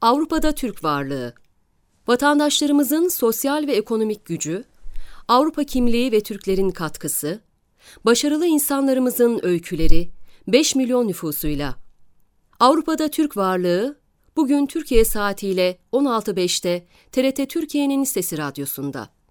Avrupa'da Türk varlığı, vatandaşlarımızın sosyal ve ekonomik gücü, Avrupa kimliği ve Türklerin katkısı, başarılı insanlarımızın öyküleri, 5 milyon nüfusuyla. Avrupa'da Türk varlığı, bugün Türkiye saatiyle 16.05'te TRT Türkiye'nin Sesi Radyosu'nda.